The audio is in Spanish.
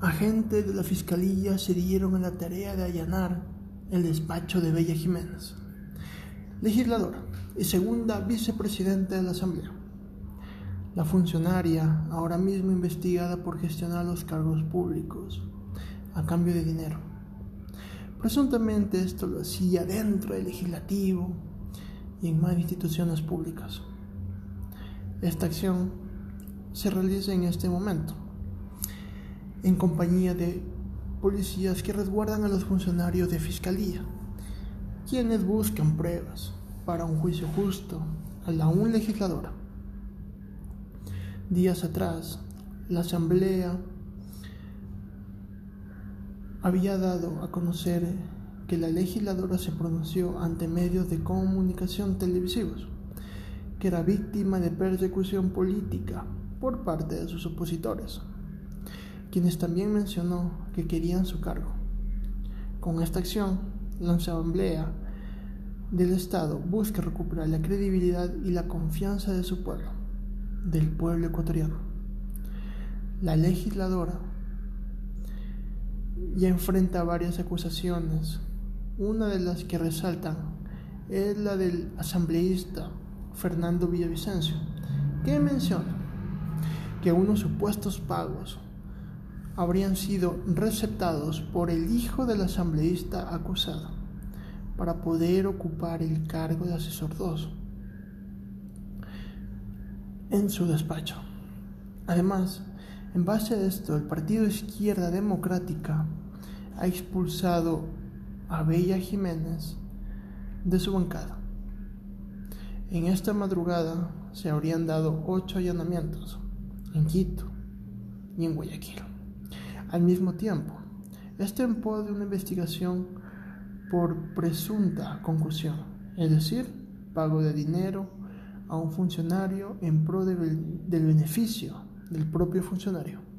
Agentes de la Fiscalía se dieron a la tarea de allanar el despacho de Bella Jiménez, legisladora y segunda vicepresidenta de la Asamblea. La funcionaria, ahora mismo investigada por gestionar los cargos públicos a cambio de dinero. Presuntamente esto lo hacía dentro del legislativo y en más instituciones públicas. Esta acción se realiza en este momento, en compañía de policías que resguardan a los funcionarios de fiscalía, quienes buscan pruebas para un juicio justo a la aún legisladora. Días atrás, la Asamblea había dado a conocer que la legisladora se pronunció ante medios de comunicación televisivos, que era víctima de persecución política por parte de sus opositores, quienes también mencionó que querían su cargo. Con esta acción, la Asamblea del Estado busca recuperar la credibilidad y la confianza de su pueblo, del pueblo ecuatoriano. La legisladora ya enfrenta varias acusaciones. Una de las que resaltan es la del asambleísta Fernando Villavicencio, que menciona que unos supuestos pagos habrían sido receptados por el hijo del asambleísta acusado para poder ocupar el cargo de asesor 2 en su despacho. Además, en base a esto, el Partido Izquierda Democrática ha expulsado a Bella Jiménez de su bancada. En esta madrugada se habrían dado 8 allanamientos en Quito y en Guayaquil. Al mismo tiempo, esto en pos de una investigación por presunta concusión, es decir, pago de dinero a un funcionario en pro del beneficio del propio funcionario.